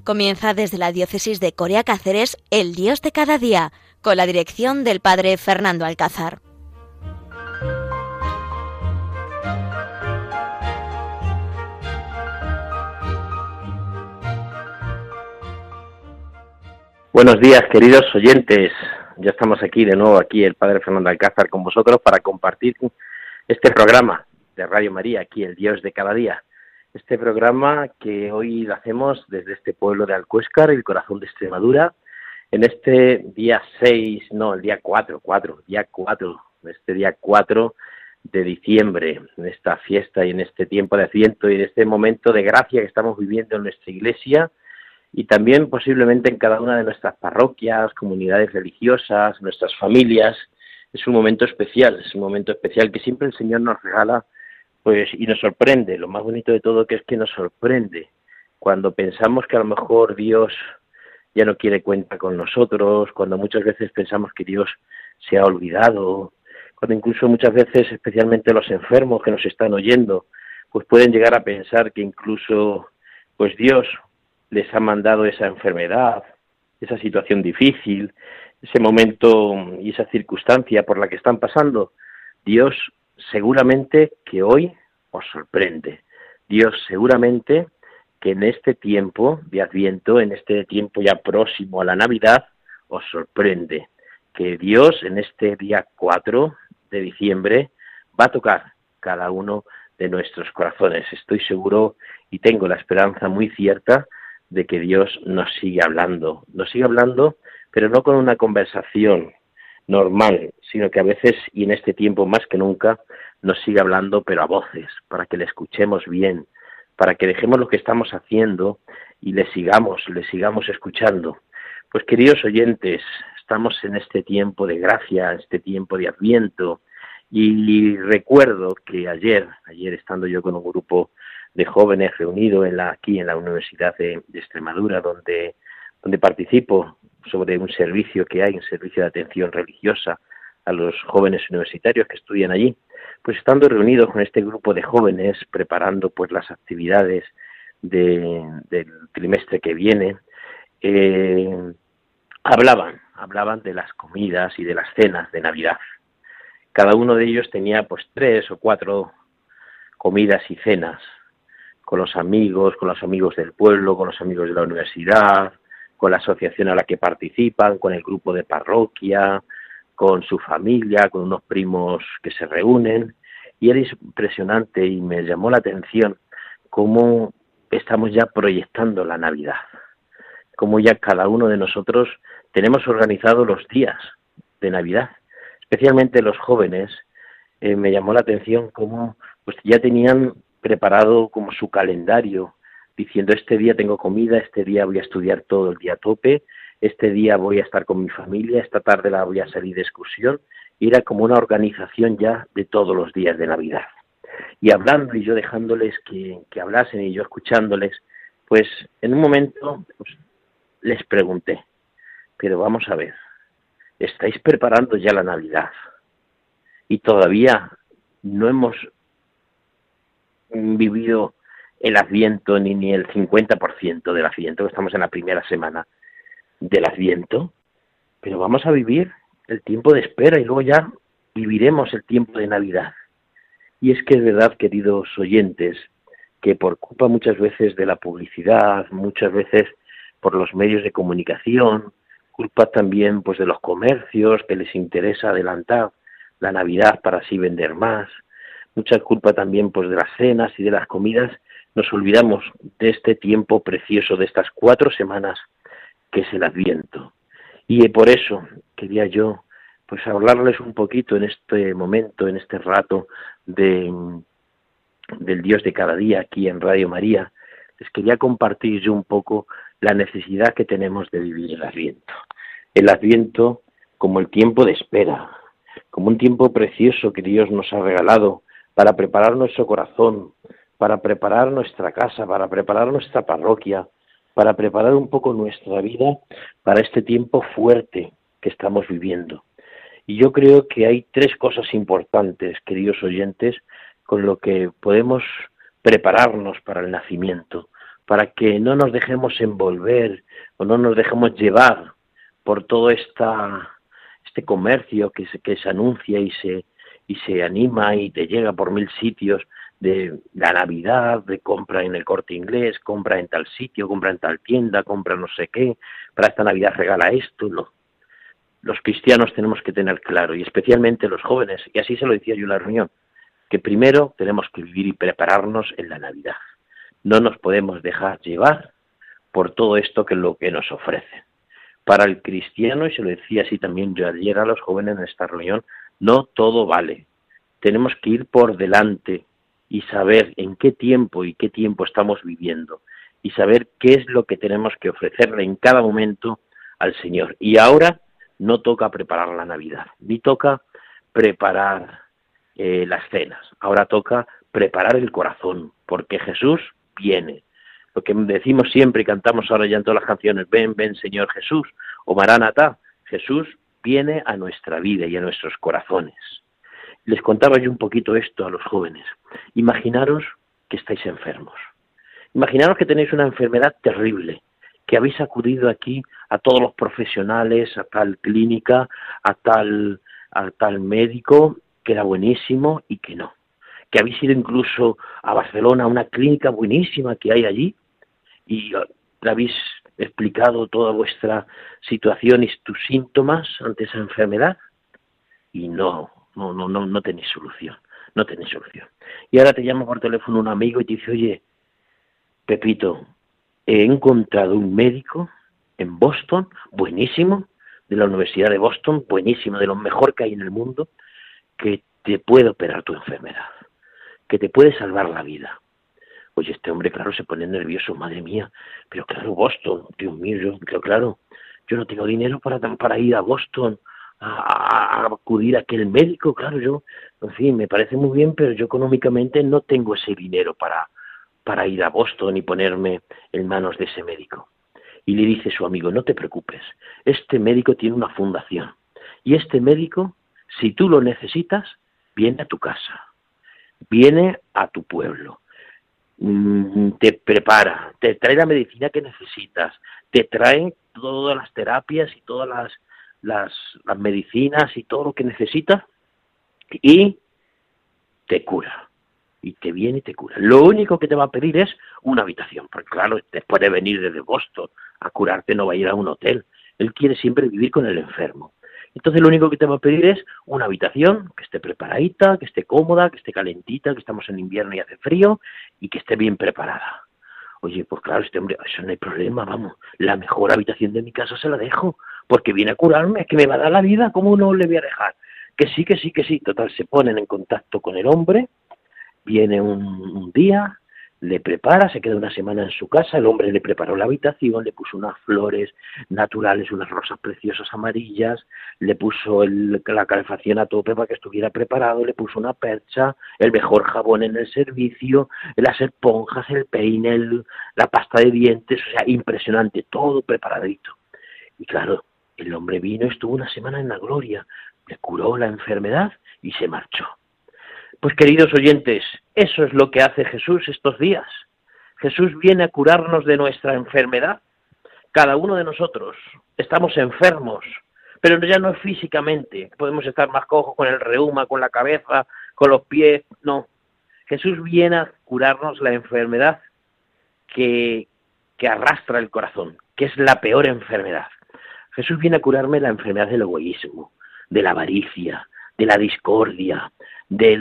Comienza desde la diócesis de Coria Cáceres El Dios de cada día, con la dirección del padre Fernando Alcázar. Buenos días, queridos oyentes. Ya estamos aquí de nuevo, aquí el padre Fernando Alcázar con vosotros para compartir este programa de Radio María, aquí El Dios de cada día. Este programa que hoy lo hacemos desde este pueblo de Alcuéscar, el corazón de Extremadura, en este día 6, no, el día 4, este día 4 de diciembre, en esta fiesta y en este tiempo de Adviento y en este momento de gracia que estamos viviendo en nuestra iglesia y también posiblemente en cada una de nuestras parroquias, comunidades religiosas, nuestras familias. Es un momento especial que siempre el Señor nos regala, pues, y nos sorprende. Lo más bonito de todo que es que nos sorprende cuando pensamos que a lo mejor Dios ya no quiere cuenta con nosotros, cuando muchas veces pensamos que Dios se ha olvidado, cuando incluso muchas veces, especialmente los enfermos que nos están oyendo, pues pueden llegar a pensar que incluso pues Dios les ha mandado esa enfermedad, esa situación difícil, ese momento y esa circunstancia por la que están pasando. Dios seguramente que hoy os sorprende. Dios seguramente que en este tiempo de Adviento, en este tiempo ya próximo a la Navidad, os sorprende. Que Dios en este día 4 de diciembre va a tocar cada uno de nuestros corazones. Estoy seguro y tengo la esperanza muy cierta de que Dios nos sigue hablando, pero no con una conversación normal, sino que a veces, y en este tiempo más que nunca, nos sigue hablando, pero a voces, para que le escuchemos bien, para que dejemos lo que estamos haciendo y le sigamos escuchando. Pues queridos oyentes, estamos en este tiempo de gracia, este tiempo de Adviento, y recuerdo que ayer estando yo con un grupo de jóvenes reunido aquí en la Universidad de Extremadura, donde participo sobre un servicio que hay, un servicio de atención religiosa a los jóvenes universitarios que estudian allí, pues estando reunidos con este grupo de jóvenes, preparando pues las actividades del trimestre que viene, hablaban de las comidas y de las cenas de Navidad. Cada uno de ellos tenía pues 3 o 4 comidas y cenas, con los amigos del pueblo, con los amigos de la universidad, con la asociación a la que participan, con el grupo de parroquia, con su familia, con unos primos que se reúnen. Y era impresionante y me llamó la atención cómo estamos ya proyectando la Navidad, cómo ya cada uno de nosotros tenemos organizados los días de Navidad, especialmente los jóvenes. Me llamó la atención cómo pues ya tenían preparado como su calendario, diciendo este día tengo comida, este día voy a estudiar todo el día a tope, este día voy a estar con mi familia, esta tarde la voy a salir de excursión, y era como una organización ya de todos los días de Navidad. Y hablando y yo dejándoles que hablasen y yo escuchándoles, pues en un momento pues, les pregunté, pero vamos a ver, ¿estáis preparando ya la Navidad? Y todavía no hemos vivido el Adviento ni el 50% del Adviento, que estamos en la primera semana del Adviento, pero vamos a vivir el tiempo de espera y luego ya viviremos el tiempo de Navidad. Y es que es verdad, queridos oyentes, que por culpa muchas veces de la publicidad, muchas veces por los medios de comunicación, culpa también pues de los comercios que les interesa adelantar la Navidad para así vender más, mucha culpa también pues de las cenas y de las comidas, nos olvidamos de este tiempo precioso, de estas 4 semanas que es el Adviento. Y por eso quería yo pues hablarles un poquito en este momento, en este rato del Dios de cada día aquí en Radio María. Les quería compartir yo un poco la necesidad que tenemos de vivir el Adviento. El Adviento como el tiempo de espera, como un tiempo precioso que Dios nos ha regalado para preparar nuestro corazón, para preparar nuestra casa, para preparar nuestra parroquia, para preparar un poco nuestra vida para este tiempo fuerte que estamos viviendo. Y yo creo que hay 3 cosas importantes, queridos oyentes, con lo que podemos prepararnos para el nacimiento. para que no nos dejemos envolver o no nos dejemos llevar por todo este comercio que se anuncia y se anima y te llega por 1000 sitios de la Navidad, de compra en el Corte Inglés, compra en tal sitio, compra en tal tienda, compra no sé qué, para esta Navidad regala esto, no. Los cristianos tenemos que tener claro, y especialmente los jóvenes, y así se lo decía yo en la reunión, que primero tenemos que vivir y prepararnos en la Navidad. No nos podemos dejar llevar por todo esto que es lo que nos ofrecen. Para el cristiano, y se lo decía así también yo ayer a los jóvenes en esta reunión, no todo vale. Tenemos que ir por delante y saber en qué tiempo estamos viviendo y saber qué es lo que tenemos que ofrecerle en cada momento al Señor. Y ahora no toca preparar la Navidad, ni toca preparar las cenas. Ahora toca preparar el corazón, porque Jesús viene. Lo que decimos siempre y cantamos ahora ya en todas las canciones, ven, ven Señor Jesús, o Maranatá, Jesús viene a nuestra vida y a nuestros corazones. Les contaba yo un poquito esto a los jóvenes. Imaginaros que estáis enfermos. Imaginaros que tenéis una enfermedad terrible, que habéis acudido aquí a todos los profesionales, a tal clínica, a tal médico, que era buenísimo y que no. Que habéis ido incluso a Barcelona, a una clínica buenísima que hay allí, y le habéis explicado toda vuestra situación y tus síntomas ante esa enfermedad, y no tenéis solución, no tenéis solución. Y ahora te llama por teléfono un amigo y te dice, oye, Pepito, he encontrado un médico en Boston, buenísimo, de la Universidad de Boston, buenísimo, de lo mejor que hay en el mundo, que te puede operar tu enfermedad, que te puede salvar la vida. Oye, este hombre, claro, se pone nervioso, madre mía, pero claro, Boston, Dios mío, yo no tengo dinero para ir a Boston a acudir a aquel médico, claro, en fin, me parece muy bien, pero yo económicamente no tengo ese dinero para ir a Boston y ponerme en manos de ese médico. Y le dice su amigo, no te preocupes, este médico tiene una fundación, y este médico, si tú lo necesitas, viene a tu casa, viene a tu pueblo, te prepara, te trae la medicina que necesitas, te trae todas las terapias y todas las medicinas y todo lo que necesitas y te cura. Y te viene y te cura. Lo único que te va a pedir es una habitación, porque claro, después de venir desde Boston a curarte no va a ir a un hotel. Él quiere siempre vivir con el enfermo. Entonces lo único que te va a pedir es una habitación que esté preparadita, que esté cómoda, que esté calentita, que estamos en invierno y hace frío y que esté bien preparada. Oye, pues claro, este hombre, eso no hay problema, vamos, la mejor habitación de mi casa se la dejo, porque viene a curarme, es que me va a dar la vida, ¿cómo no le voy a dejar? Que sí. Total, se ponen en contacto con el hombre, viene un día, le prepara, se queda una semana en su casa, el hombre le preparó la habitación, le puso unas flores naturales, unas rosas preciosas amarillas, le puso la calefacción a tope para que estuviera preparado, le puso una percha, el mejor jabón en el servicio, las esponjas, el peine, la pasta de dientes, o sea, impresionante, todo preparadito. Y claro, el hombre vino y estuvo una semana en la gloria, le curó la enfermedad y se marchó. Pues queridos oyentes, eso es lo que hace Jesús estos días. Jesús viene a curarnos de nuestra enfermedad. Cada uno de nosotros estamos enfermos, pero ya no físicamente. Podemos estar más cojos con el reuma, con la cabeza, con los pies. No, Jesús viene a curarnos la enfermedad que arrastra el corazón, que es la peor enfermedad. Jesús viene a curarme la enfermedad del egoísmo, de la avaricia, de la discordia, de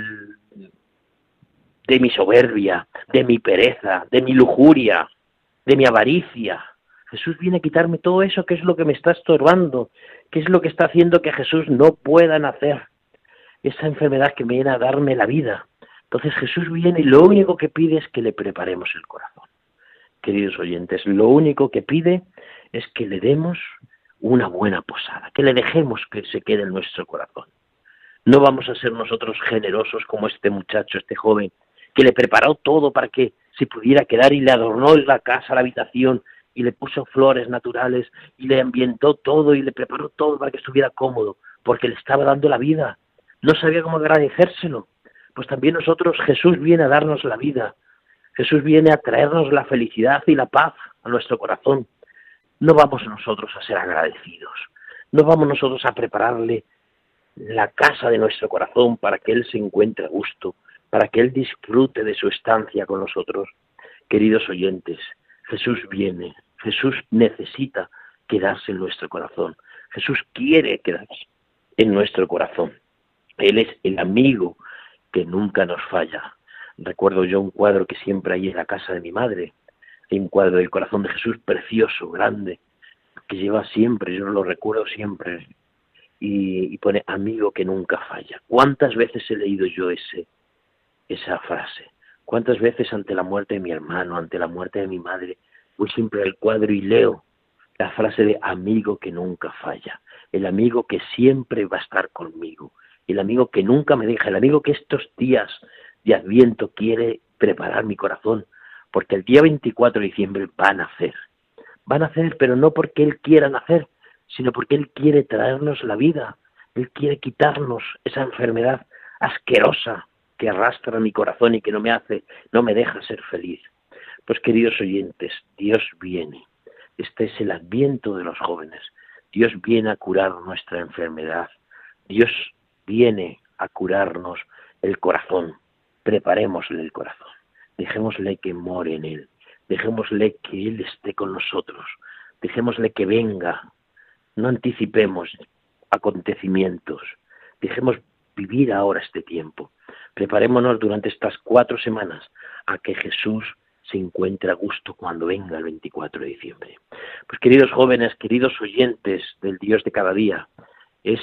mi soberbia, de mi pereza, de mi lujuria, de mi avaricia. Jesús viene a quitarme todo eso que es lo que me está estorbando, que es lo que está haciendo que Jesús no pueda nacer. Esa enfermedad que viene a darme la vida. Entonces Jesús viene y lo único que pide es que le preparemos el corazón. Queridos oyentes, lo único que pide es que le demos una buena posada, que le dejemos que se quede en nuestro corazón. No vamos a ser nosotros generosos como este muchacho, este joven, que le preparó todo para que se pudiera quedar y le adornó la casa, la habitación, y le puso flores naturales, y le ambientó todo, y le preparó todo para que estuviera cómodo, porque le estaba dando la vida. No sabía cómo agradecérselo. Pues también nosotros, Jesús viene a darnos la vida. Jesús viene a traernos la felicidad y la paz a nuestro corazón. No vamos nosotros a ser agradecidos, no vamos nosotros a prepararle la casa de nuestro corazón para que Él se encuentre a gusto, para que Él disfrute de su estancia con nosotros. Queridos oyentes, Jesús viene, Jesús necesita quedarse en nuestro corazón, Jesús quiere quedarse en nuestro corazón. Él es el amigo que nunca nos falla. Recuerdo yo un cuadro que siempre hay en la casa de mi madre, hay un cuadro del corazón de Jesús precioso, grande, que lleva siempre, yo lo recuerdo siempre, y pone amigo que nunca falla. ¿Cuántas veces he leído yo esa frase? ¿Cuántas veces ante la muerte de mi hermano, ante la muerte de mi madre, voy siempre al cuadro y leo la frase de amigo que nunca falla, el amigo que siempre va a estar conmigo, el amigo que nunca me deja, el amigo que estos días de Adviento quiere preparar mi corazón, porque el día 24 de diciembre va a nacer. Va a nacer, pero no porque Él quiera nacer, sino porque Él quiere traernos la vida. Él quiere quitarnos esa enfermedad asquerosa que arrastra mi corazón y que no me deja ser feliz. Pues queridos oyentes, Dios viene. Este es el Adviento de los jóvenes. Dios viene a curar nuestra enfermedad. Dios viene a curarnos el corazón. Preparémosle el corazón. Dejémosle que more en Él. Dejémosle que Él esté con nosotros. Dejémosle que venga. No anticipemos acontecimientos. Dejemos vivir ahora este tiempo. Preparémonos durante estas 4 semanas a que Jesús se encuentre a gusto cuando venga el 24 de diciembre. Pues queridos jóvenes, queridos oyentes del Dios de cada día, es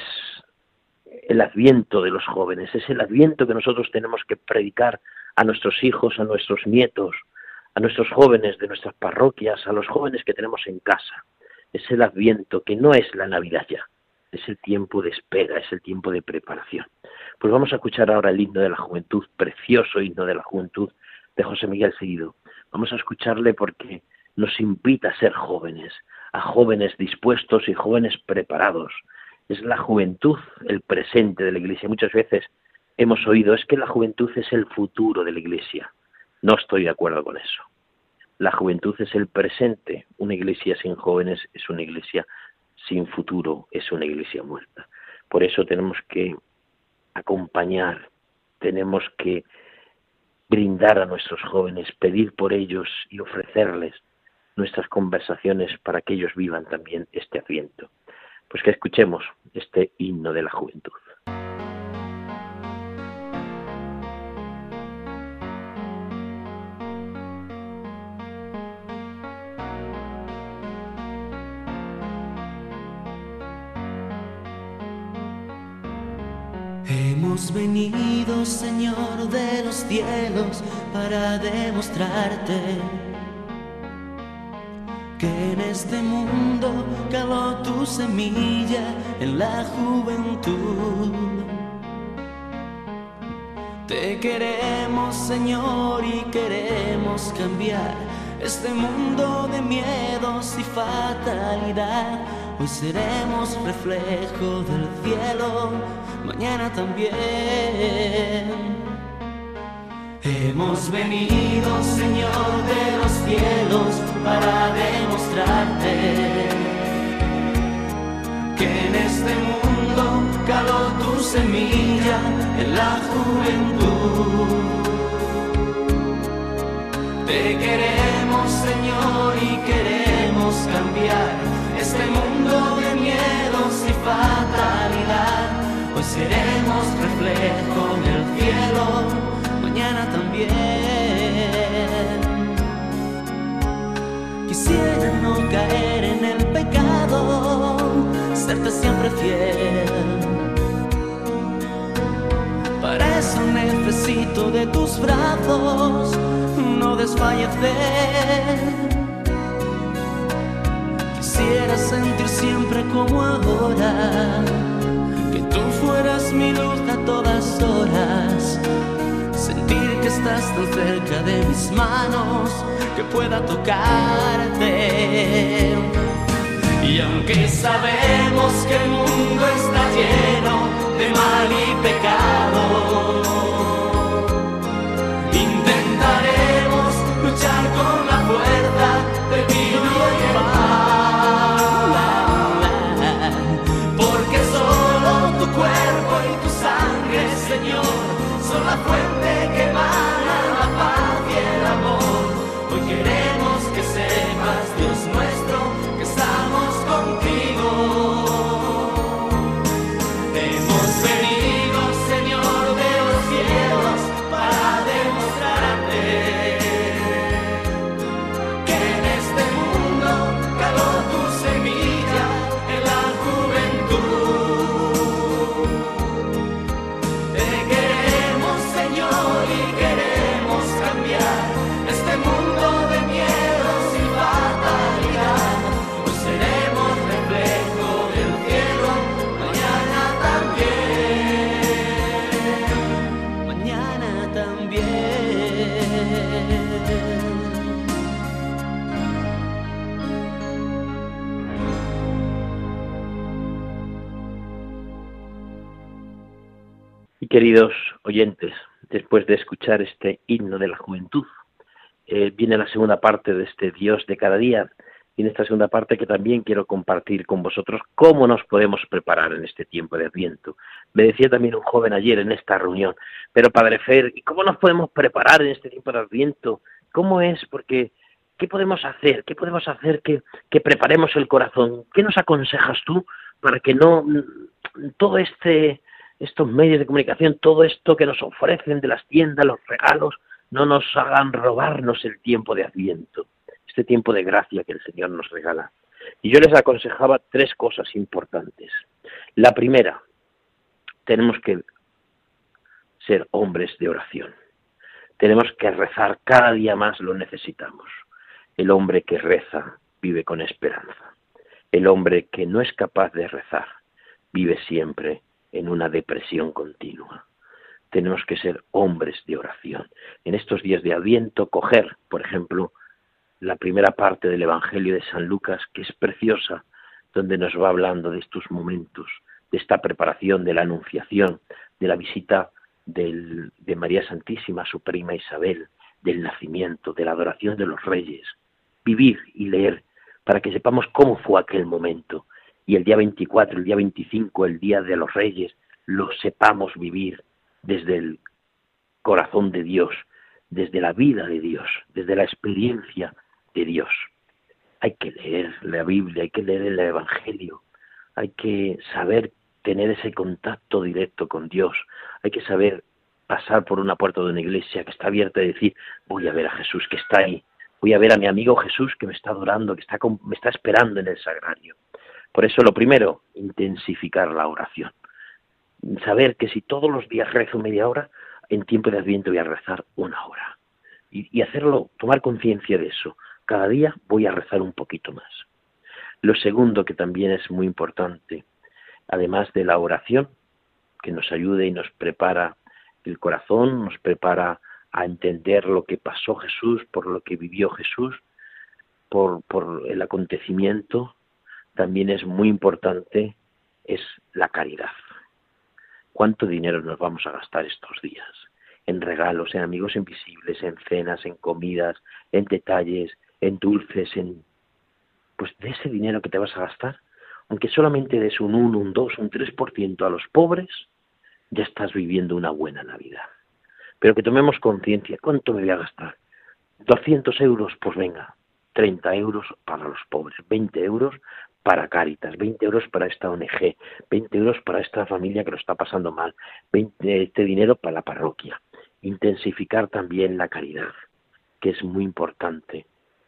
el Adviento de los jóvenes, es el Adviento que nosotros tenemos que predicar a nuestros hijos, a nuestros nietos, a nuestros jóvenes de nuestras parroquias, a los jóvenes que tenemos en casa. Es el Adviento que no es la Navidad ya, es el tiempo de espera, es el tiempo de preparación. Pues vamos a escuchar ahora el himno de la juventud, precioso himno de la juventud de José Miguel Seguido. Vamos a escucharle porque nos invita a ser jóvenes, a jóvenes dispuestos y jóvenes preparados. Es la juventud el presente de la Iglesia. Muchas veces hemos oído, es que la juventud es el futuro de la Iglesia. No estoy de acuerdo con eso. La juventud es el presente. Una iglesia sin jóvenes es una iglesia sin futuro, es una iglesia muerta. Por eso tenemos que acompañar, tenemos que brindar a nuestros jóvenes, pedir por ellos y ofrecerles nuestras conversaciones para que ellos vivan también este Adviento. Pues que escuchemos este himno de la juventud. Hemos venido, Señor de los cielos, para demostrarte que en este mundo caló tu semilla en la juventud. Te queremos, Señor, y queremos cambiar este mundo de miedos y fatalidad. Hoy seremos reflejo del cielo, mañana también. Hemos venido, Señor de los cielos, para demostrarte que en este mundo caló tu semilla en la juventud. Te queremos, Señor, y queremos cambiar este mundo de miedos y fatalidad. Hoy seremos reflejo del cielo, mañana también. Quisiera no caer en el pecado, serte siempre fiel. Para eso necesito de tus brazos, no desfallecer. Quisiera sentir siempre como ahora, que tú fueras mi luz a todas horas. Sentir que estás tan cerca de mis manos, que pueda tocarte. Y aunque sabemos que el mundo está lleno de mal y pecado, intentaremos Queridos oyentes, después de escuchar este himno de la juventud, viene la segunda parte de este Dios de cada día, y en esta segunda parte que también quiero compartir con vosotros cómo nos podemos preparar en este tiempo de Adviento. Me decía también un joven ayer en esta reunión, pero Padre Fer, ¿cómo nos podemos preparar en este tiempo de Adviento? ¿Cómo es? Porque, ¿qué podemos hacer? ¿Qué podemos hacer que preparemos el corazón? ¿Qué nos aconsejas tú para que no todo estos medios de comunicación, todo esto que nos ofrecen de las tiendas, los regalos, no nos hagan robarnos el tiempo de Adviento, este tiempo de gracia que el Señor nos regala? Y yo les aconsejaba 3 cosas importantes. La primera, tenemos que ser hombres de oración. Tenemos que rezar, cada día más lo necesitamos. El hombre que reza vive con esperanza. El hombre que no es capaz de rezar vive siempre en una depresión continua. Tenemos que ser hombres de oración. En estos días de Adviento, coger, por ejemplo, la primera parte del Evangelio de San Lucas, que es preciosa, donde nos va hablando de estos momentos, de esta preparación, de la anunciación, de la visita de María Santísima a su prima Isabel, del nacimiento, de la adoración de los reyes. Vivir y leer para que sepamos cómo fue aquel momento. Y el día 24, el día 25, el día de los reyes, lo sepamos vivir desde el corazón de Dios, desde la vida de Dios, desde la experiencia de Dios. Hay que leer la Biblia, hay que leer el Evangelio, hay que saber tener ese contacto directo con Dios, hay que saber pasar por una puerta de una iglesia que está abierta y decir, voy a ver a Jesús que está ahí, voy a ver a mi amigo Jesús que me está adorando, que me está esperando en el sagrario. Por eso lo primero, intensificar la oración. Saber que si todos los días rezo media hora, en tiempo de Adviento voy a rezar 1 hora. Y hacerlo, tomar conciencia de eso. Cada día voy a rezar un poquito más. Lo segundo que también es muy importante, además de la oración, que nos ayude y nos prepara el corazón, nos prepara a entender lo que pasó Jesús, por lo que vivió Jesús, por el acontecimiento, también es muy importante, es la caridad. ¿Cuánto dinero nos vamos a gastar estos días? En regalos, en amigos invisibles, en cenas, en comidas, en detalles, en dulces, pues de ese dinero que te vas a gastar, aunque solamente des un 1, un 2, un 3% a los pobres, ya estás viviendo una buena Navidad. Pero que tomemos conciencia, ¿cuánto me voy a gastar? 200 euros, pues venga, 30 euros para los pobres, 20 euros para Cáritas, 20 euros para esta ONG, 20 euros para esta familia que lo está pasando mal, este dinero para la parroquia. Intensificar también la caridad, que es muy importante.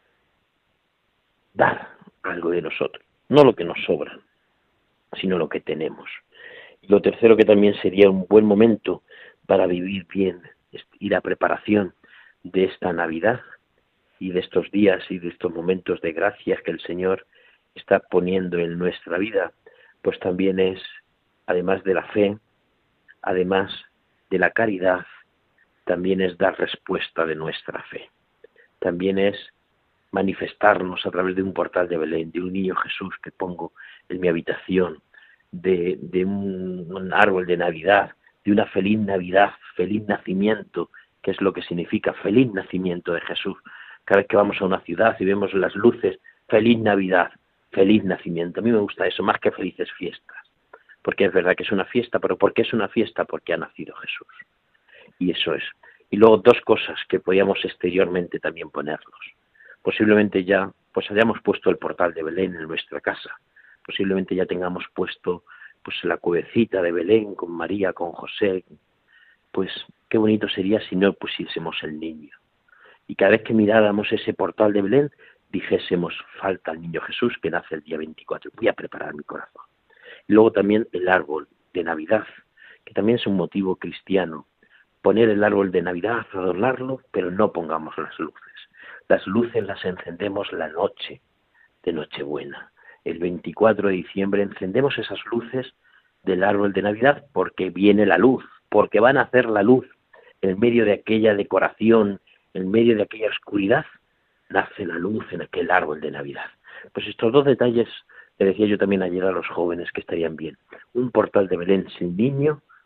Dar algo de nosotros, no lo que nos sobra, sino lo que tenemos. Y lo tercero que también sería un buen momento para vivir bien y la preparación de esta Navidad y de estos días y de estos momentos de gracia que el Señor está poniendo en nuestra vida, pues también es, además de la fe, además de la caridad, también es dar respuesta de nuestra fe. También es manifestarnos a través de un portal de Belén, de un niño Jesús que pongo en mi habitación, de un árbol de Navidad, de una feliz Navidad, feliz nacimiento, que es lo que significa feliz nacimiento de Jesús. Cada vez que vamos a una ciudad y vemos las luces, feliz Navidad, feliz nacimiento. A mí me gusta eso, más que felices fiestas. Porque es verdad que es una fiesta, pero ¿por qué es una fiesta? Porque ha nacido Jesús. Y eso es. Y luego 2 cosas que podíamos exteriormente también ponerlos. Posiblemente ya pues hayamos puesto el portal de Belén en nuestra casa. Posiblemente ya tengamos puesto pues la cuevecita de Belén con María, con José. Pues qué bonito sería si no pusiésemos el niño. Y cada vez que miráramos ese portal de Belén, dijésemos, falta el niño Jesús que nace el día 24. Voy a preparar mi corazón. Y luego también el árbol de Navidad, que también es un motivo cristiano. Poner el árbol de Navidad, adornarlo, pero no pongamos las luces. Las luces las encendemos la noche de Nochebuena. El 24 de diciembre encendemos esas luces del árbol de Navidad porque viene la luz, porque van a hacer la luz. En medio de aquella decoración, en medio de aquella oscuridad, nace la luz en aquel árbol de Navidad. Pues estos 2 detalles le decía yo también ayer a los jóvenes que estarían bien. Un portal de Belén sin niño,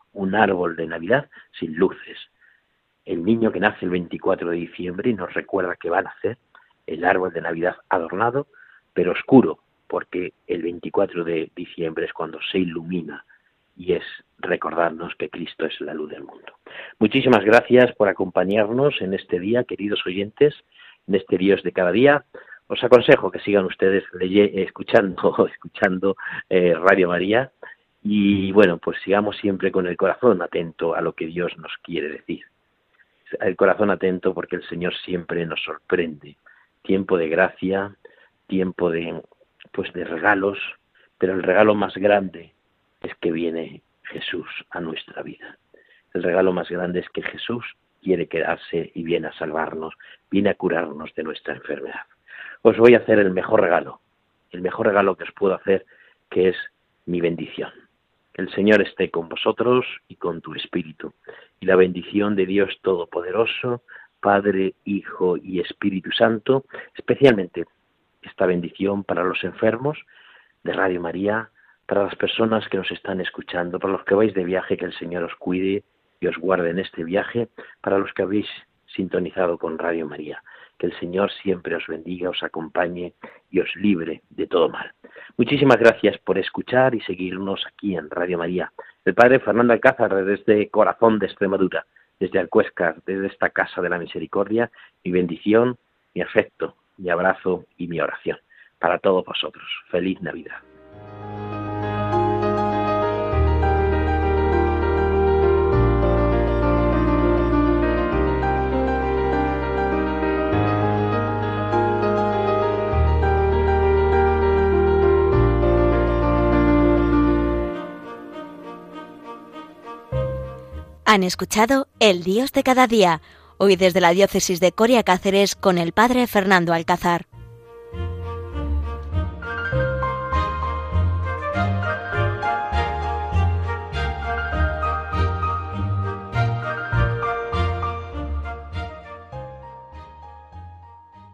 un árbol de Navidad sin luces. El niño que nace el 24 de diciembre nos recuerda que va a nacer el árbol de Navidad adornado, pero oscuro, porque el 24 de diciembre es cuando se ilumina y es recordarnos que Cristo es la luz del mundo. Muchísimas gracias por acompañarnos en este día, queridos oyentes, en este Dios de cada día. Os aconsejo que sigan ustedes escuchando Radio María y bueno, pues sigamos siempre con el corazón atento a lo que Dios nos quiere decir. El corazón atento porque el Señor siempre nos sorprende. Tiempo de gracia, tiempo de regalos, pero el regalo más grande es que viene Jesús a nuestra vida. El regalo más grande es que Jesús quiere quedarse y viene a salvarnos, viene a curarnos de nuestra enfermedad. Os voy a hacer el mejor regalo que os puedo hacer, que es mi bendición. Que el Señor esté con vosotros y con tu espíritu. Y la bendición de Dios Todopoderoso, Padre, Hijo y Espíritu Santo, especialmente esta bendición para los enfermos de Radio María, para las personas que nos están escuchando, para los que vais de viaje, que el Señor os cuide y os guarde en este viaje, para los que habéis sintonizado con Radio María, que el Señor siempre os bendiga, os acompañe y os libre de todo mal. Muchísimas gracias por escuchar y seguirnos aquí en Radio María. El Padre Fernando Alcázar, desde Corazón de Extremadura, desde Alcuéscar, desde esta Casa de la Misericordia, mi bendición, mi afecto, mi abrazo y mi oración para todos vosotros. ¡Feliz Navidad! Han escuchado El Dios de cada día, hoy desde la diócesis de Coria Cáceres con el Padre Fernando Alcázar.